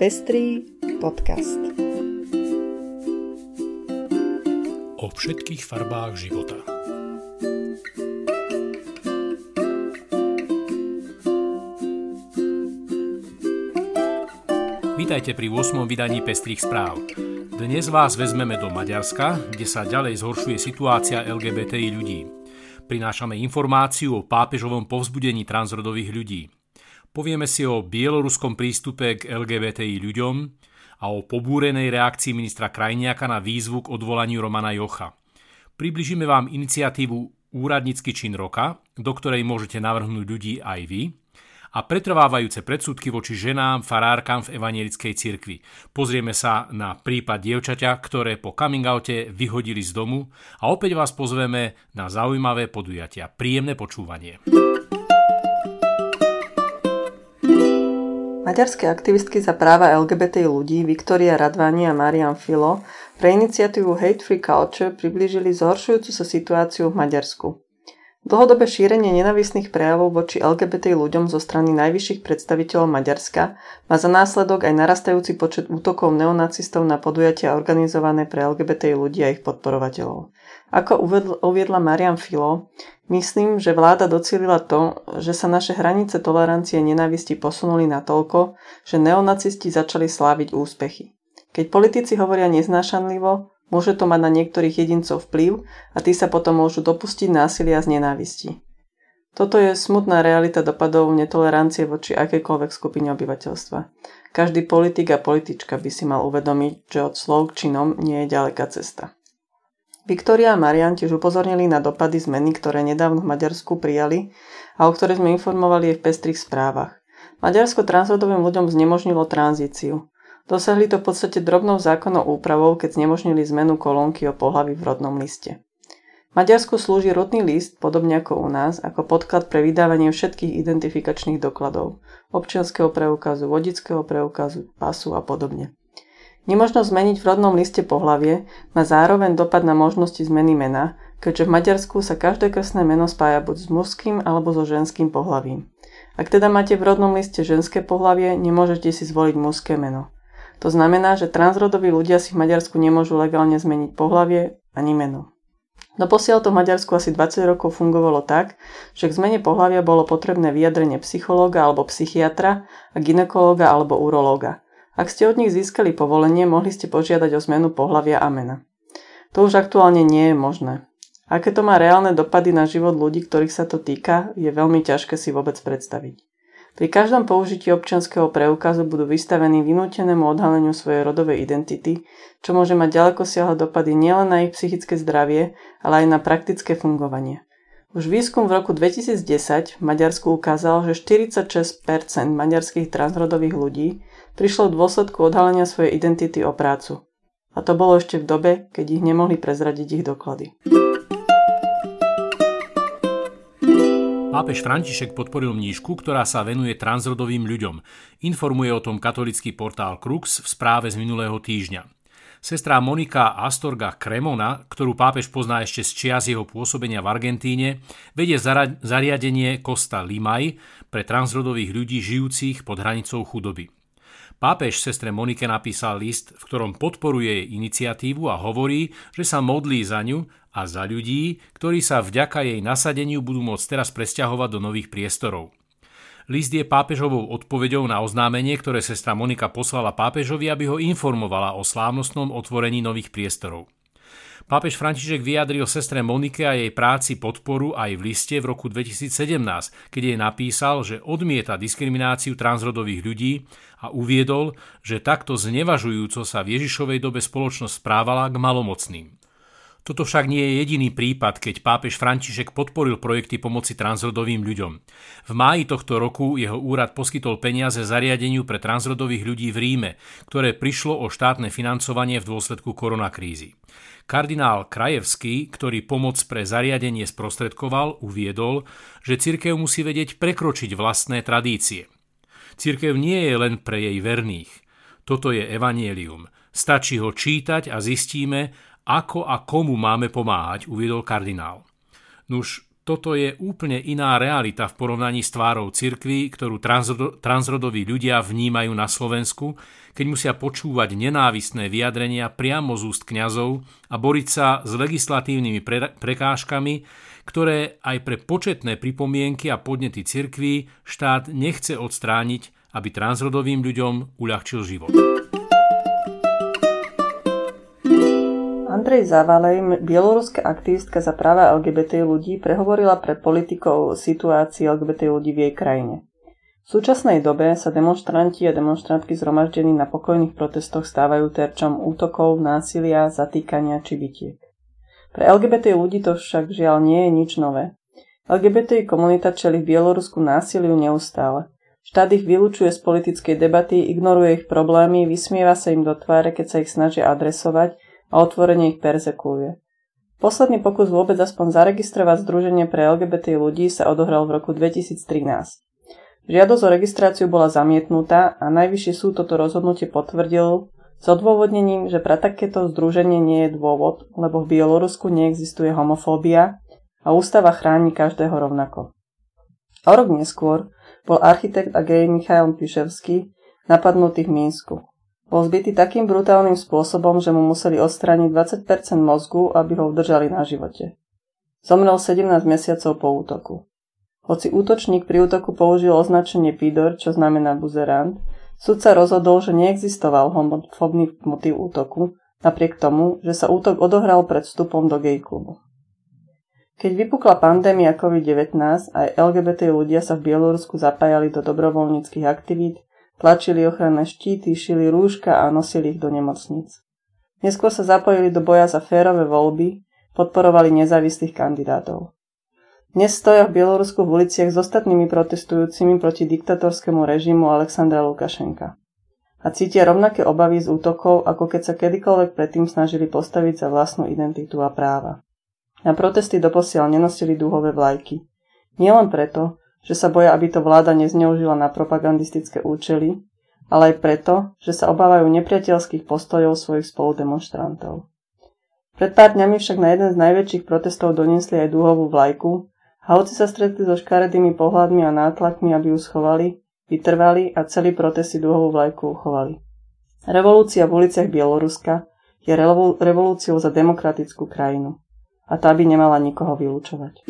Pestrý podcast. O všetkých farbách života. Vítajte pri 8. vydaní Pestrých správ. Dnes vás vezmeme do Maďarska, kde sa ďalej zhoršuje situácia LGBTI ľudí. Prinášame informáciu o pápežovom povzbudení transrodových ľudí. Povieme si o bieloruskom prístupe k LGBTI ľuďom a o pobúrenej reakcii ministra Krajniaka na výzvu k odvolaniu Romana Jocha. Približíme vám iniciatívu Úradnícky čin roka, do ktorej môžete navrhnúť ľudí aj vy, a pretrvávajúce predsudky voči ženám, farárkam v evanjelickej cirkvi. Pozrieme sa na prípad dievčaťa, ktoré po coming oute vyhodili z domu, a opäť vás pozveme na zaujímavé podujatia. Príjemné počúvanie. Maďarské aktivistky za práva LGBTI ľudí Viktória Radváni a Marian Filo pre iniciatívu Hate Free Culture priblížili zhoršujúcu sa situáciu v Maďarsku. Dlhodobé šírenie nenávistných prejavov voči LGBTI ľuďom zo strany najvyšších predstaviteľov Maďarska má za následok aj narastajúci počet útokov neonacistov na podujatia organizované pre LGBTI ľudí a ich podporovateľov. Ako uviedla Marian Filo, myslím, že vláda docielila to, že sa naše hranice tolerancie a nenávisti posunuli natoľko, že neonacisti začali sláviť úspechy. Keď politici hovoria neznášanlivo, môže to mať na niektorých jedincov vplyv a tí sa potom môžu dopustiť násilia z nenávisti. Toto je smutná realita dopadov netolerancie voči akejkoľvek skupine obyvateľstva. Každý politik a politička by si mal uvedomiť, že od slov k činom nie je ďaleká cesta. Viktória a Marian tiež upozornili na dopady zmeny, ktoré nedávno v Maďarsku prijali a o ktoré sme informovali aj v Pestrých správach. Maďarsko transrodovým ľuďom znemožnilo tranzíciu. Dosiahli to v podstate drobnou zákonnou úpravou, keď znemožnili zmenu kolónky o pohlaví v rodnom liste. V Maďarsku slúži rodný list, podobne ako u nás, ako podklad pre vydávanie všetkých identifikačných dokladov, občianskeho preukazu, vodičského preukazu, pasu a podobne. Nemožnosť zmeniť v rodnom liste pohlavie má zároveň dopad na možnosti zmeny mena, keďže v Maďarsku sa každé krstné meno spája buď s mužským alebo so ženským pohlavím. Ak teda máte v rodnom liste ženské pohlavie, nemôžete si zvoliť mužské meno. To znamená, že transrodoví ľudia si v Maďarsku nemôžu legálne zmeniť pohlavie ani meno. Doposiaľ to v Maďarsku asi 20 rokov fungovalo tak, že k zmene pohlavia bolo potrebné vyjadrenie psychológa alebo psychiatra a gynekológa alebo urológa. Ak ste od nich získali povolenie, mohli ste požiadať o zmenu pohlavia a mena. To už aktuálne nie je možné. Aké to má reálne dopady na život ľudí, ktorých sa to týka, je veľmi ťažké si vôbec predstaviť. Pri každom použití občianskeho preukazu budú vystavení vynútenému odhaleniu svojej rodovej identity, čo môže mať ďalekosiahle dopady nielen na ich psychické zdravie, ale aj na praktické fungovanie. Už výskum v roku 2010 v Maďarsku ukázal, že 46% maďarských transrodových ľudí prišlo v dôsledku odhalenia svojej identity o prácu. A to bolo ešte v dobe, keď ich nemohli prezradiť ich doklady. Pápež František podporil mníšku, ktorá sa venuje transrodovým ľuďom. Informuje o tom katolický portál Crux v správe z minulého týždňa. Sestra Monika Astorga Cremona, ktorú pápež pozná ešte z čias jeho pôsobenia v Argentíne, vedie zariadenie Costa Limay pre transrodových ľudí žijúcich pod hranicou chudoby. Pápež sestre Monike napísal list, v ktorom podporuje jej iniciatívu a hovorí, že sa modlí za ňu a za ľudí, ktorí sa vďaka jej nasadeniu budú môcť teraz presťahovať do nových priestorov. List je pápežovou odpoveďou na oznámenie, ktoré sestra Monika poslala pápežovi, aby ho informovala o slávnostnom otvorení nových priestorov. Pápež František vyjadril sestre Monike a jej práci podporu aj v liste v roku 2017, keď jej napísal, že odmieta diskrimináciu transrodových ľudí a uviedol, že takto znevažujúco sa v Ježišovej dobe spoločnosť správala k malomocným. Toto však nie je jediný prípad, keď pápež František podporil projekty pomoci transrodovým ľuďom. V máji tohto roku jeho úrad poskytol peniaze zariadeniu pre transrodových ľudí v Ríme, ktoré prišlo o štátne financovanie v dôsledku koronakrízy. Kardinál Krajevský, ktorý pomoc pre zariadenie sprostredkoval, uviedol, že cirkev musí vedieť prekročiť vlastné tradície. Cirkev nie je len pre jej verných. Toto je evanjelium. Stačí ho čítať a zistíme, ako a komu máme pomáhať, uviedol kardinál. Nuž, toto je úplne iná realita v porovnaní s tvárou cirkvi, ktorú transrodoví ľudia vnímajú na Slovensku, keď musia počúvať nenávistné vyjadrenia priamo z úst kňazov a boriť sa s legislatívnymi prekážkami, ktoré aj pre početné pripomienky a podnety cirkví štát nechce odstrániť, aby transrodovým ľuďom uľahčil život. Andrej Zavalej, bieloruská aktivistka za práva LGBT ľudí, prehovorila pre politikov o situácii LGBT ľudí v jej krajine. V súčasnej dobe sa demonštranti a demonštrantky zhromaždení na pokojných protestoch stávajú terčom útokov, násilia, zatýkania či bitiek. Pre LGBT ľudí to však žiaľ nie je nič nové. LGBT komunita čelí v Bielorusku násiliu neustále. Štát ich vylučuje z politickej debaty, ignoruje ich problémy, vysmieva sa im do tváre, keď sa ich snažia adresovať a otvorene ich perzekuje. Posledný pokus vôbec aspoň zaregistrovať združenie pre LGBT ľudí sa odohral v roku 2013. Žiadosť o registráciu bola zamietnutá a Najvyšší súd toto rozhodnutie potvrdil s odôvodnením, že pre takéto združenie nie je dôvod, lebo v Bielorusku neexistuje homofóbia a ústava chráni každého rovnako. O rok neskôr bol architekt a gej Michail Piševský napadnutý v Minsku. Bol zbytý takým brutálnym spôsobom, že mu museli odstrániť 20% mozgu, aby ho udržali na živote. Zomrel 17 mesiacov po útoku. Hoci útočník pri útoku použil označenie pidor, čo znamená buzerant, sudca rozhodol, že neexistoval homofóbny motív útoku, napriek tomu, že sa útok odohral pred vstupom do gay klubu. Keď vypukla pandémia COVID-19, aj LGBT ľudia sa v Bielorusku zapájali do dobrovoľníckych aktivít, tlačili ochranné štíty, šili rúška a nosili ich do nemocníc. Neskôr sa zapojili do boja za férové voľby, podporovali nezávislých kandidátov. Dnes stoja v Bielorusku v uliciach s ostatnými protestujúcimi proti diktatorskému režimu Alexandra Lukašenka. A cítia rovnaké obavy z útokov, ako keď sa kedykoľvek predtým snažili postaviť za vlastnú identitu a práva. Na protesty doposiaľ nenosili dúhové vlajky. Nielen preto, že sa boja, aby to vláda nezneužila na propagandistické účely, ale aj preto, že sa obávajú nepriateľských postojov svojich spoludemonštrantov. Pred pár dňami však na jeden z najväčších protestov doniesli aj dúhovú vlajku a hoci sa stretli so škaredými pohľadmi a nátlakmi, aby ju schovali, vytrvali a celý protest si dúhovú vlajku uchovali. Revolúcia v uliciach Bieloruska je revolúciou za demokratickú krajinu a tá by nemala nikoho vylúčovať.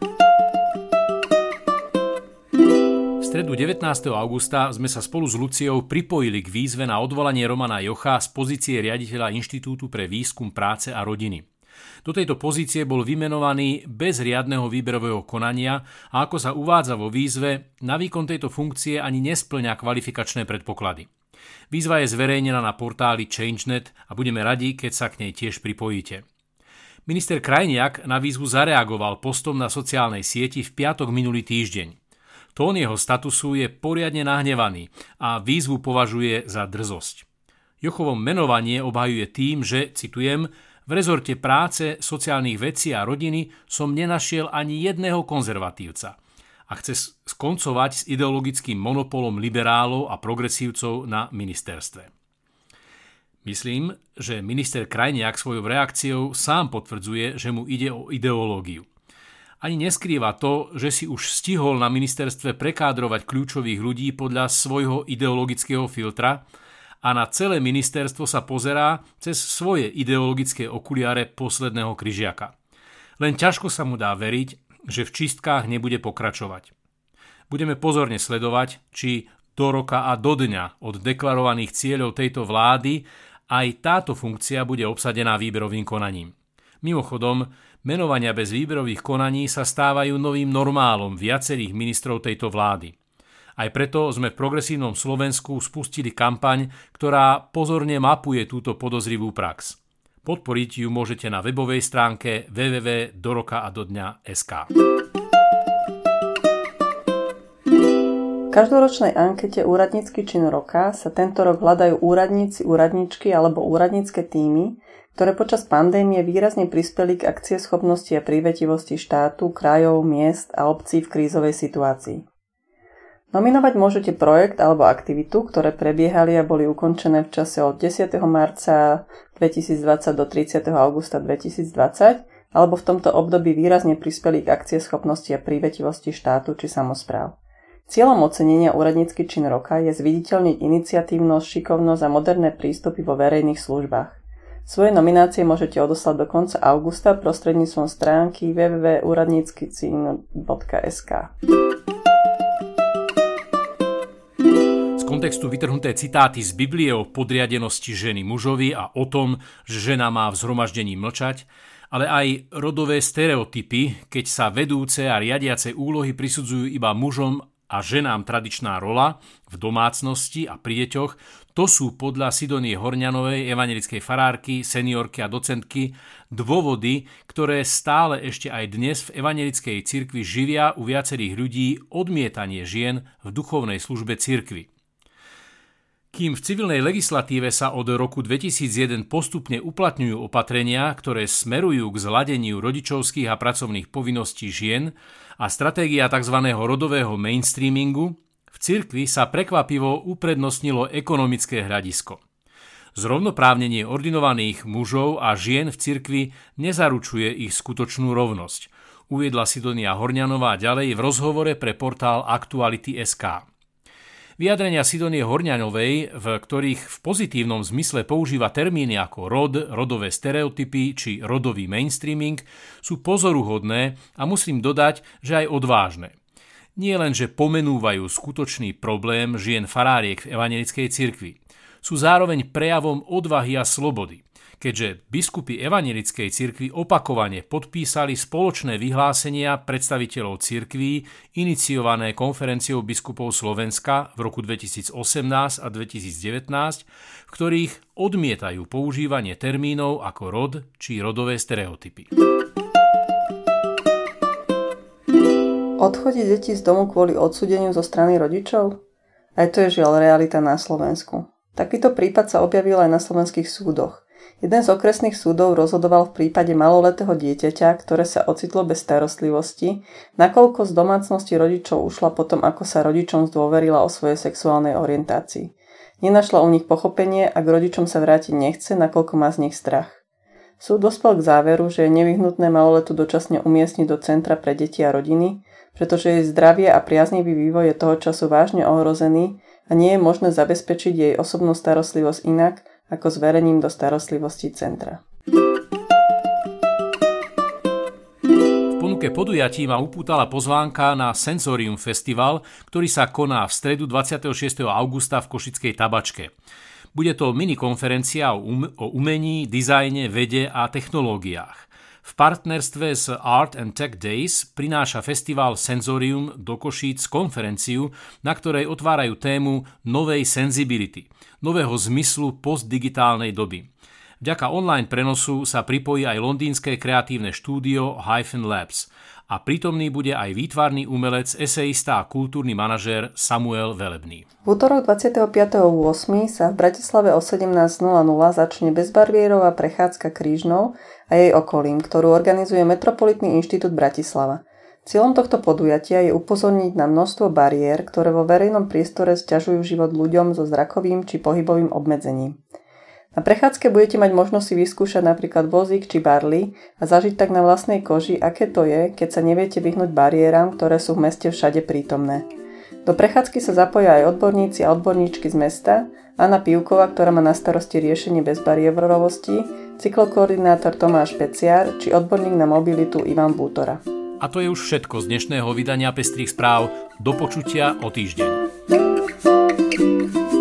V stredu 19. augusta sme sa spolu s Luciou pripojili k výzve na odvolanie Romana Jocha z pozície riaditeľa Inštitútu pre výskum práce a rodiny. Do tejto pozície bol vymenovaný bez riadneho výberového konania a ako sa uvádza vo výzve, na výkon tejto funkcie ani nespĺňa kvalifikačné predpoklady. Výzva je zverejnená na portáli ChangeNet a budeme radi, keď sa k nej tiež pripojíte. Minister Krajniak na výzvu zareagoval postom na sociálnej sieti v piatok minulý týždeň. Tón jeho statusu je poriadne nahnevaný a výzvu považuje za drzosť. Jochovo menovanie obhajuje tým, že, citujem, v rezorte práce, sociálnych vecí a rodiny som nenašiel ani jedného konzervatívca a chce skoncovať s ideologickým monopolom liberálov a progresívcov na ministerstve. Myslím, že minister Krajniak svojou reakciou sám potvrdzuje, že mu ide o ideológiu. Ani neskrýva to, že si už stihol na ministerstve prekádrovať kľúčových ľudí podľa svojho ideologického filtra a na celé ministerstvo sa pozerá cez svoje ideologické okuliare posledného križiaka. Len ťažko sa mu dá veriť, že v čistkách nebude pokračovať. Budeme pozorne sledovať, či do roka a do dňa od deklarovaných cieľov tejto vlády aj táto funkcia bude obsadená výberovým konaním. Mimochodom, menovania bez výberových konaní sa stávajú novým normálom viacerých ministrov tejto vlády. Aj preto sme v Progresívnom Slovensku spustili kampaň, ktorá pozorne mapuje túto podozrivú prax. Podporiť ju môžete na webovej stránke www.dorokaadodňa.sk. V každoročnej ankete Úradnícky čin roka sa tento rok hľadajú úradníci, úradničky alebo úradnícke tímy, ktoré počas pandémie výrazne prispeli k akcieschopnosti a prívetivosti štátu, krajov, miest a obcí v krízovej situácii. Nominovať môžete projekt alebo aktivitu, ktoré prebiehali a boli ukončené v čase od 10. marca 2020 do 30. augusta 2020 alebo v tomto období výrazne prispeli k akcieschopnosti a prívetivosti štátu či samospráv. Cieľom ocenenia úradnícky čin roka je zviditeľniť iniciatívnosť, šikovnosť a moderné prístupy vo verejných službách. Svoje nominácie môžete odoslať do konca augusta prostredníctvom stránky www.uradnickicin.sk. Z kontextu vytrhnuté citáty z Biblie o podriadenosti ženy mužovi a o tom, že žena má v zhromaždení mlčať, ale aj rodové stereotypy, keď sa vedúce a riadiace úlohy prisudzujú iba mužom a ženám tradičná rola v domácnosti a pri deťoch, to sú podľa Sidonie Horňanovej, evanjelickej farárky, seniorky a docentky, dôvody, ktoré stále ešte aj dnes v evanjelickej cirkvi živia u viacerých ľudí odmietanie žien v duchovnej službe cirkvi. Kým v civilnej legislatíve sa od roku 2001 postupne uplatňujú opatrenia, ktoré smerujú k zladeniu rodičovských a pracovných povinností žien a stratégia tzv. Rodového mainstreamingu, v cirkvi sa prekvapivo uprednostnilo ekonomické hľadisko. Zrovnoprávnenie ordinovaných mužov a žien v cirkvi nezaručuje ich skutočnú rovnosť, uviedla Sidonia Horňanová ďalej v rozhovore pre portál Aktuality.sk. Vyjadrenia Sidonie Horňanovej, v ktorých v pozitívnom zmysle používa termíny ako rod, rodové stereotypy či rodový mainstreaming, sú pozoruhodné a musím dodať, že aj odvážne. Nie len, že pomenúvajú skutočný problém žien faráriek v evanjelickej cirkvi, sú zároveň prejavom odvahy a slobody, keďže biskupy evanjelickej cirkvi opakovane podpísali spoločné vyhlásenia predstaviteľov cirkví iniciované Konferenciou biskupov Slovenska v roku 2018 a 2019, v ktorých odmietajú používanie termínov ako rod či rodové stereotypy. Odchodiť deti z domu kvôli odsúdeniu zo strany rodičov? Aj to je žiaľ realita na Slovensku. Takýto prípad sa objavil aj na slovenských súdoch. Jeden z okresných súdov rozhodoval v prípade maloletého dieťaťa, ktoré sa ocitlo bez starostlivosti, nakoľko z domácnosti rodičov ušla potom, ako sa rodičom zdôverila o svojej sexuálnej orientácii. Nenašla u nich pochopenie a k rodičom sa vrátiť nechce, nakoľko má z nich strach. Súd dospel k záveru, že je nevyhnutné maloletu dočasne umiestniť do centra pre deti a rodiny, pretože jej zdravie a priaznivý vývoj je toho času vážne ohrozený a nie je možné zabezpečiť jej osobnú starostlivosť inak ako zverením do starostlivosti centra. V ponuke podujatí ma upútala pozvánka na Sensorium Festival, ktorý sa koná v stredu 26. augusta v Košickej Tabačke. Bude to minikonferencia o umení, dizajne, vede a technológiách. V partnerstve s Art and Tech Days prináša festival Sensorium do Košíc konferenciu, na ktorej otvárajú tému novej sensibility, nového zmyslu postdigitálnej doby. Vďaka online prenosu sa pripojí aj londýnske kreatívne štúdio Hyphen Labs a prítomný bude aj výtvarný umelec, esejista a kultúrny manažér Samuel Velebný. V útorok 25.8. sa v Bratislave o 17.00 začne bezbariérová prechádzka Krížnou a jej okolím, ktorú organizuje Metropolitný inštitút Bratislava. Cieľom tohto podujatia je upozorniť na množstvo bariér, ktoré vo verejnom priestore sťažujú život ľuďom so zrakovým či pohybovým obmedzením. Na prechádzke budete mať možnosť si vyskúšať napríklad vozík či barly a zažiť tak na vlastnej koži, aké to je, keď sa neviete vyhnúť bariéram, ktoré sú v meste všade prítomné. Do prechádzky sa zapoja aj odborníci a odborníčky z mesta, Anna Pivková, ktorá má na starosti riešenie bezbariérovosti, cyklokoordinátor Tomáš Peciar či odborník na mobilitu Ivan Bútora. A to je už všetko z dnešného vydania Pestrých správ. Do počutia o týždeň.